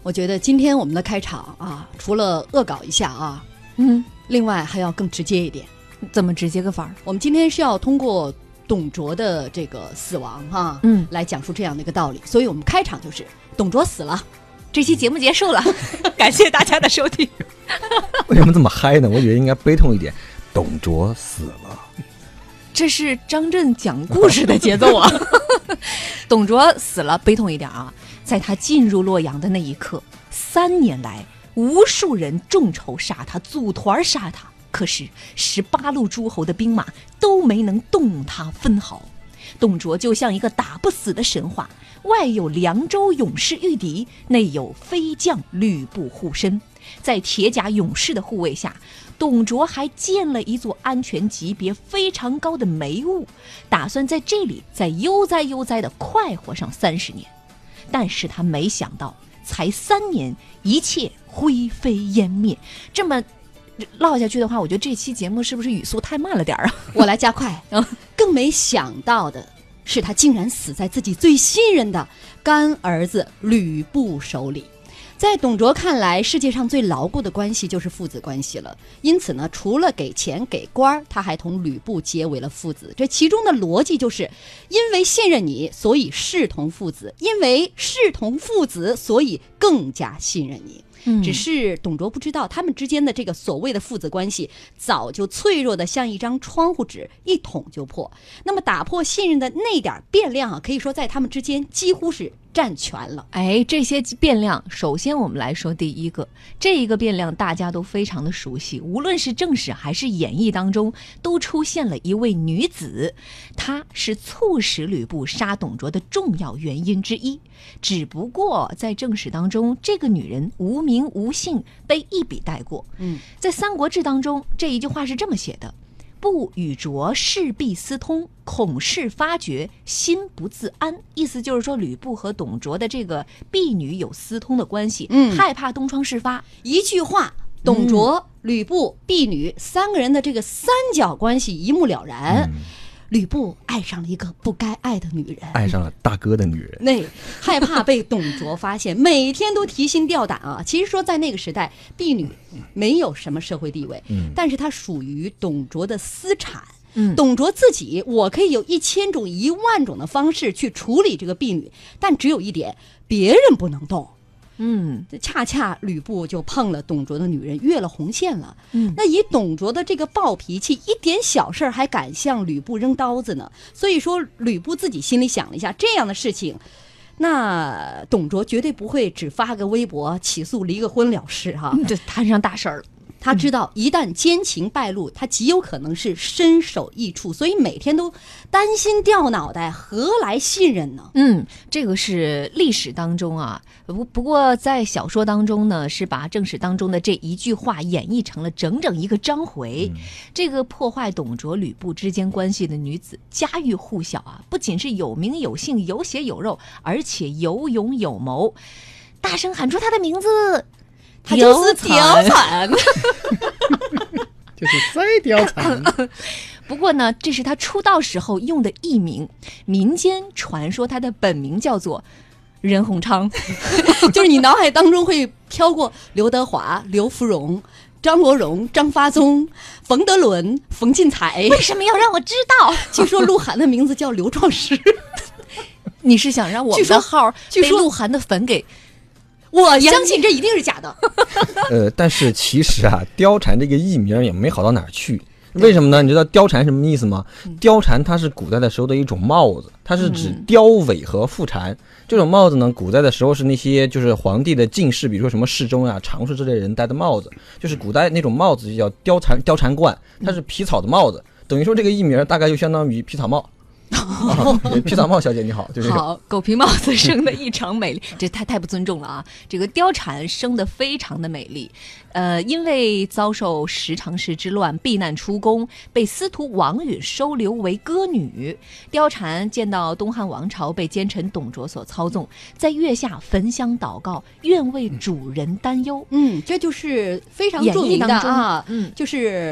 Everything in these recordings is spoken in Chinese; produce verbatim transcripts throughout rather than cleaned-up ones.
我觉得今天我们的开场啊，除了恶搞一下啊， 嗯， 另外还要更直接一点。 怎么直接个法儿？ 我们今天是要通过董卓的这个死亡哈、啊， 嗯， 来讲述这样的一个道理。所以我们开场就是董卓死了， 这期节目结束了，感谢大家的收听。 为什么这么嗨呢？我觉得应该悲痛一点，董卓死了。 这是张震讲故事的节奏啊！董卓死了，悲痛一点啊！在他进入洛阳的那一刻，三年来无数人众筹杀他，组团杀他，可是十八路诸侯的兵马都没能动他分毫。董卓就像一个打不死的神话，外有凉州勇士御敌，内有飞将吕布护身，在铁甲勇士的护卫下，董卓还建了一座安全级别非常高的煤坞，打算在这里再悠哉悠哉的快活上三十年。但是他没想到，才三年，一切灰飞烟灭。这么唠下去的话，我觉得这期节目是不是语速太慢了点啊？ 我来加快。更没想到的是，他竟然死在自己最信任的干儿子吕布手里。在董卓看来，世界上最牢固的关系就是父子关系了。因此呢，除了给钱给官，他还同吕布结为了父子。这其中的逻辑就是，因为信任你，所以视同父子；因为视同父子，所以更加信任你。 嗯、 只是董卓不知道，他们之间的这个所谓的父子关系早就脆弱的像一张窗户纸，一捅就破。那么打破信任的那点变量啊，可以说在他们之间几乎是占全了。 哎，这些变量，首先我们来说第一个，这一个变量大家都非常的熟悉，无论是正史还是演义当中，都出现了一位女子，她是促使吕布杀董卓的重要原因之一。只不过在正史当中，这个女人无名无姓，被一笔带过。 嗯， 在《三国志》当中，这一句话是这么写的：不与卓事必私通，恐事发觉，心不自安。意思就是说，吕布和董卓的这个婢女有私通的关系， 嗯， 害怕东窗事发。 一句话，董卓、嗯、吕布、婢女三个人的这个三角关系一目了然。嗯，吕布爱上了一个不该爱的女人， 爱上了大哥的女人， 那害怕被董卓发现，每天都提心吊胆啊。其实说在那个时代，婢女没有什么社会地位，嗯，但是她属于董卓的私产。嗯，董卓自己，我可以有一千种、一万种的方式去处理这个婢女，但只有一点，别人不能动。嗯，恰恰吕布就碰了董卓的女人，越了红线了。嗯，那以董卓的这个暴脾气，一点小事还敢向吕布扔刀子呢。所以说，吕布自己心里想了一下，这样的事情，那董卓绝对不会只发个微博起诉离个婚了事哈、啊， 这摊上大事儿了。 他知道一旦奸情败露，他极有可能是身首异处，所以每天都担心掉脑袋，何来信任呢？ 嗯，这个是历史当中啊，不不过在小说当中呢，是把正史当中的这一句话演绎成了整整一个章回。嗯、这个破坏董卓、吕布之间关系的女子，家喻户晓啊，不仅是有名有姓、有血有肉，而且有勇有谋。大声喊出她的名字。 他就是貂蝉， 就是塞貂蝉。 不过呢，这是他出道时候用的艺名，民间传说他的本名叫做任鸿昌， 就是你脑海当中会飘过刘德华、刘芙蓉、张国荣、张发宗、冯德伦、冯靳才。 为什么要让我知道？ 据说鹿晗的名字叫刘壮士。 你是想让我们的号被鹿晗的粉给？ 我相信这一定是假的。 呃，但是其实啊，貂蝉这个艺名也没好到哪儿去。为什么呢？你知道貂蝉什么意思吗？貂蝉它是古代的时候的一种帽子，它是指貂尾和腹蝉。这种帽子呢，古代的时候是那些就是皇帝的进士，比如说什么侍中啊、常侍之类人戴的帽子，就是古代那种帽子就叫貂蝉貂蝉冠，它是皮草的帽子。等于说这个艺名大概就相当于皮草帽。啊、皮草帽小姐你好，就是好，狗皮帽子生的异常美丽，这太太不尊重了啊！这个貂蝉生的非常的美丽，呃，因为遭受十常侍之乱，避难出宫，被司徒王允收留为歌女。貂蝉见到东汉王朝被奸臣董卓所操纵，在月下焚香祷告，愿为主人担忧。 嗯，这就是非常著名的啊， 嗯， 就是。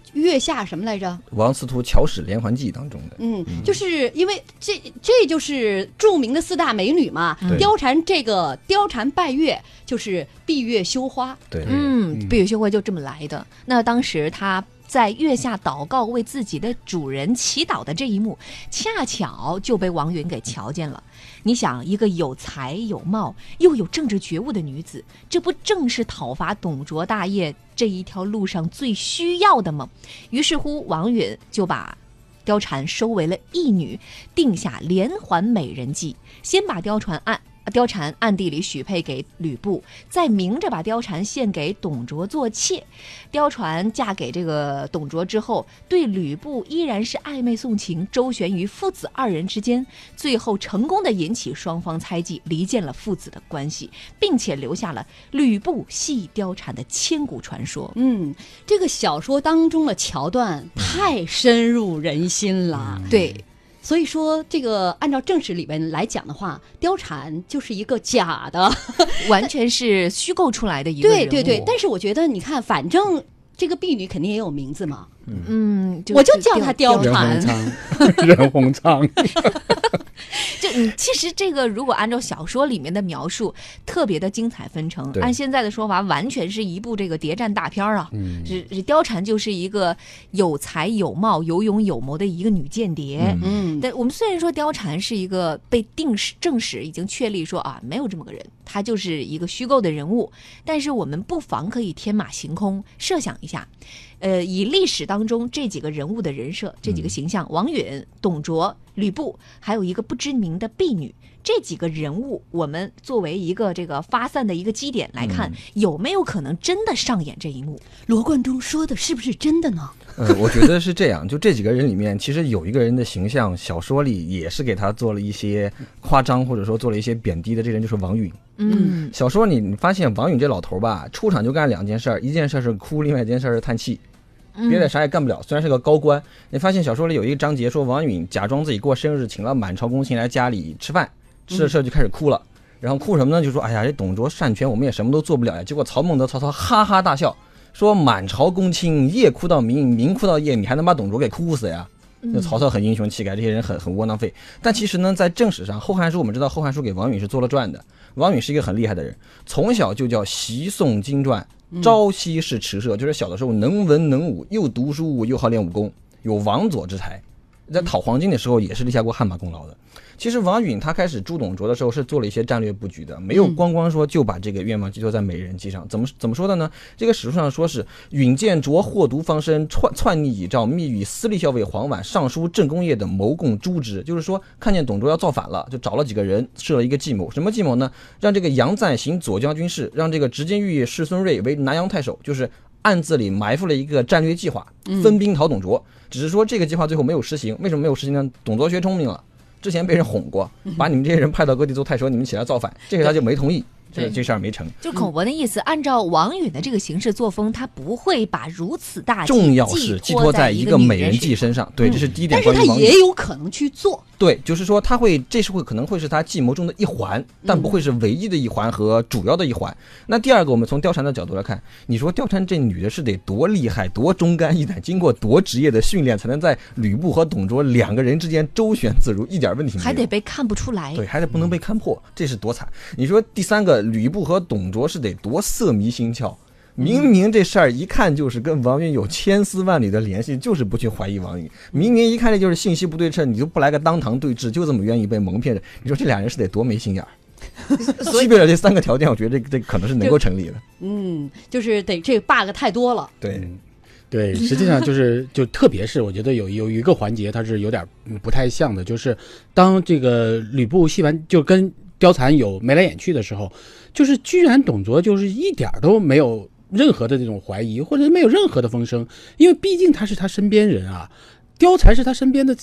月下什么来着？ 王司徒巧使连环计当中的。 嗯，就是因为这这就是著名的四大美女嘛。 嗯、 貂蝉这个貂蝉拜月就是闭月羞花。 对， 嗯，闭月羞花就这么来的。那当时她在月下祷告为自己的主人祈祷的这一幕，恰巧就被王允给瞧见了。你想，一个有才有貌又有政治觉悟的女子，这不正是讨伐董卓大业这一条路上最需要的吗？于是乎，王允就把貂蝉收为了义女，定下连环美人计，先把貂蝉按貂蝉暗地里许配给吕布，再明着把貂蝉献给董卓做妾。貂蝉嫁给这个董卓之后，对吕布依然是暧昧送情，周旋于父子二人之间，最后成功的引起双方猜忌，离间了父子的关系，并且留下了吕布系貂蝉的千古传说。 嗯，这个小说当中的桥段太深入人心了。 嗯、对。 所以说，这个按照正史里面来讲的话，貂蝉就是一个假的， 完全是虚构出来的一个人物。 对对对，但是我觉得，你看，反正这个婢女肯定也有名字嘛。 嗯， 我就叫她貂蝉。 任鸿昌。 就你其实这个如果按照小说里面的描述，特别的精彩纷呈。按现在的说法，完全是一部这个谍战大片啊。嗯，是貂蝉就是一个有才有貌、有勇有谋的一个女间谍。嗯，但我们虽然说貂蝉是一个被定史正史已经确立说啊没有这么个人，她就是一个虚构的人物，但是我们不妨可以天马行空设想一下。呃，以历史当中这几个人物的人设，这几个形象，王允、董卓、吕布，还有一个不知名的婢女，这几个人物，我们作为一个这个发散的一个基点来看，嗯、有没有可能真的上演这一幕？ 罗贯中说的是不是真的呢？ 呃，我觉得是这样。就这几个人里面，其实有一个人的形象，小说里也是给他做了一些夸张，或者说做了一些贬低的。这人就是王允。 嗯， 小说里你发现王允这老头吧，出场就干两件事儿，一件事是哭，另外一件事是叹气。别的啥也干不了，虽然是个高官。你发现小说里有一个章节说，王允假装自己过生日，请了满朝公卿来家里吃饭，吃着吃着就开始哭了。然后哭什么呢？就说哎呀，这董卓擅权，我们也什么都做不了呀。结果曹孟德、曹操哈哈大笑，说满朝公卿夜哭到明，明哭到夜，你还能把董卓给哭死呀？那曹操很英雄气概，这些人很很窝囊废。但其实呢，在正史上，《后汉书》我们知道，《后汉书》给王允是做了传的。王允是一个很厉害的人，从小就叫习诵经传，朝夕是驰射，就是小的时候能文能武，又读书又好练武功，有王佐之才。在讨黄金的时候也是立下过汗马功劳的。其实王允他开始诛董卓的时候是做了一些战略布局的，没有光光说就把这个愿望寄托在美人计上。怎么怎么说的呢？这个史书上说是允见卓祸毒方深，篡篡逆以诏，密与司隶校尉黄婉、尚书郑公业等谋共诛之。就是说看见董卓要造反了，就找了几个人设了一个计谋。什么计谋呢？让这个杨赞行左将军事，让这个直监御史孙睿为南阳太守，就是暗自里埋伏了一个战略计划，分兵讨董卓。只是说这个计划最后没有实行，为什么没有实行呢？董卓学聪明了，之前被人哄过，把你们这些人派到各地做太守，你们起来造反，这个他就没同意。这这事儿没成， 就口博的意思。按照王允的这个行事作风，他不会把如此大计重要事寄托在一个美人计身上。对，这是第一点。 但是他也有可能去做。 对，就是说他会，这是会可能会是他计谋中的一环，但不会是唯一的一环和主要的一环。那第二个，我们从貂蝉的角度来看，你说貂蝉这女的是得多厉害、多忠肝义胆，经过多职业的训练，才能在吕布和董卓两个人之间周旋自如，一点问题没有， 还得被看不出来。 对，还得不能被看破，这是多惨。你说第三个，吕布和董董卓是得多色迷心窍，明明这事儿一看就是跟王允有千丝万缕的联系，就是不去怀疑王允。明明一看这就是信息不对称，你就不来个当堂对质，就这么愿意被蒙骗着。你说这俩人是得多没心眼儿？具备了这三个条件，我觉得这这可能是能够成立的。 嗯，就是得这 bug 太多了。 对。 对，实际上就是就特别是我觉得有有一个环节它是有点不太像的，就是当这个吕布戏完就跟貂蝉有眉来眼去的时候，就是居然董卓就是一点都没有任何的这种怀疑，或者没有任何的风声，因为毕竟他是他身边人啊，貂蝉是他身边的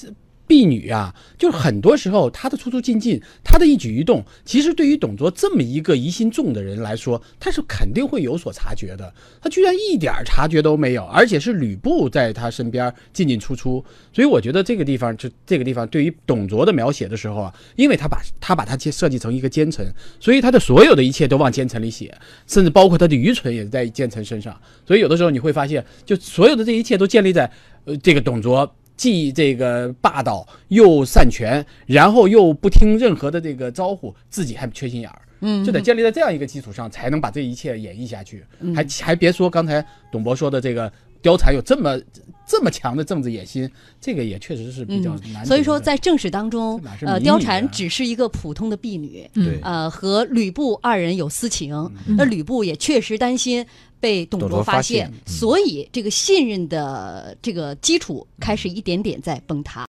婢女啊，就是很多时候她的出出进进，她的一举一动，其实对于董卓这么一个疑心重的人来说，他是肯定会有所察觉的。他居然一点察觉都没有，而且是吕布在他身边进进出出。所以我觉得这个地方，就这个地方对于董卓的描写的时候啊，因为他把他把他设计成一个奸臣，所以他的所有的一切都往奸臣里写，甚至包括他的愚蠢也在奸臣身上。所以有的时候你会发现，就所有的这一切都建立在呃这个董卓既这个霸道又擅权，然后又不听任何的这个招呼，自己还缺心眼儿，嗯，就得建立在这样一个基础上，才能把这一切演绎下去。嗯、还还别说刚才董博说的这个貂蝉有这么这么强的政治野心，这个也确实是比较难、嗯。 所以说，在正史当中，呃，貂蝉只是一个普通的婢女， 对、 嗯，呃，和吕布二人有私情，嗯、那吕布也确实担心被董卓发现， 发现嗯、 所以这个信任的这个基础开始一点点在崩塌。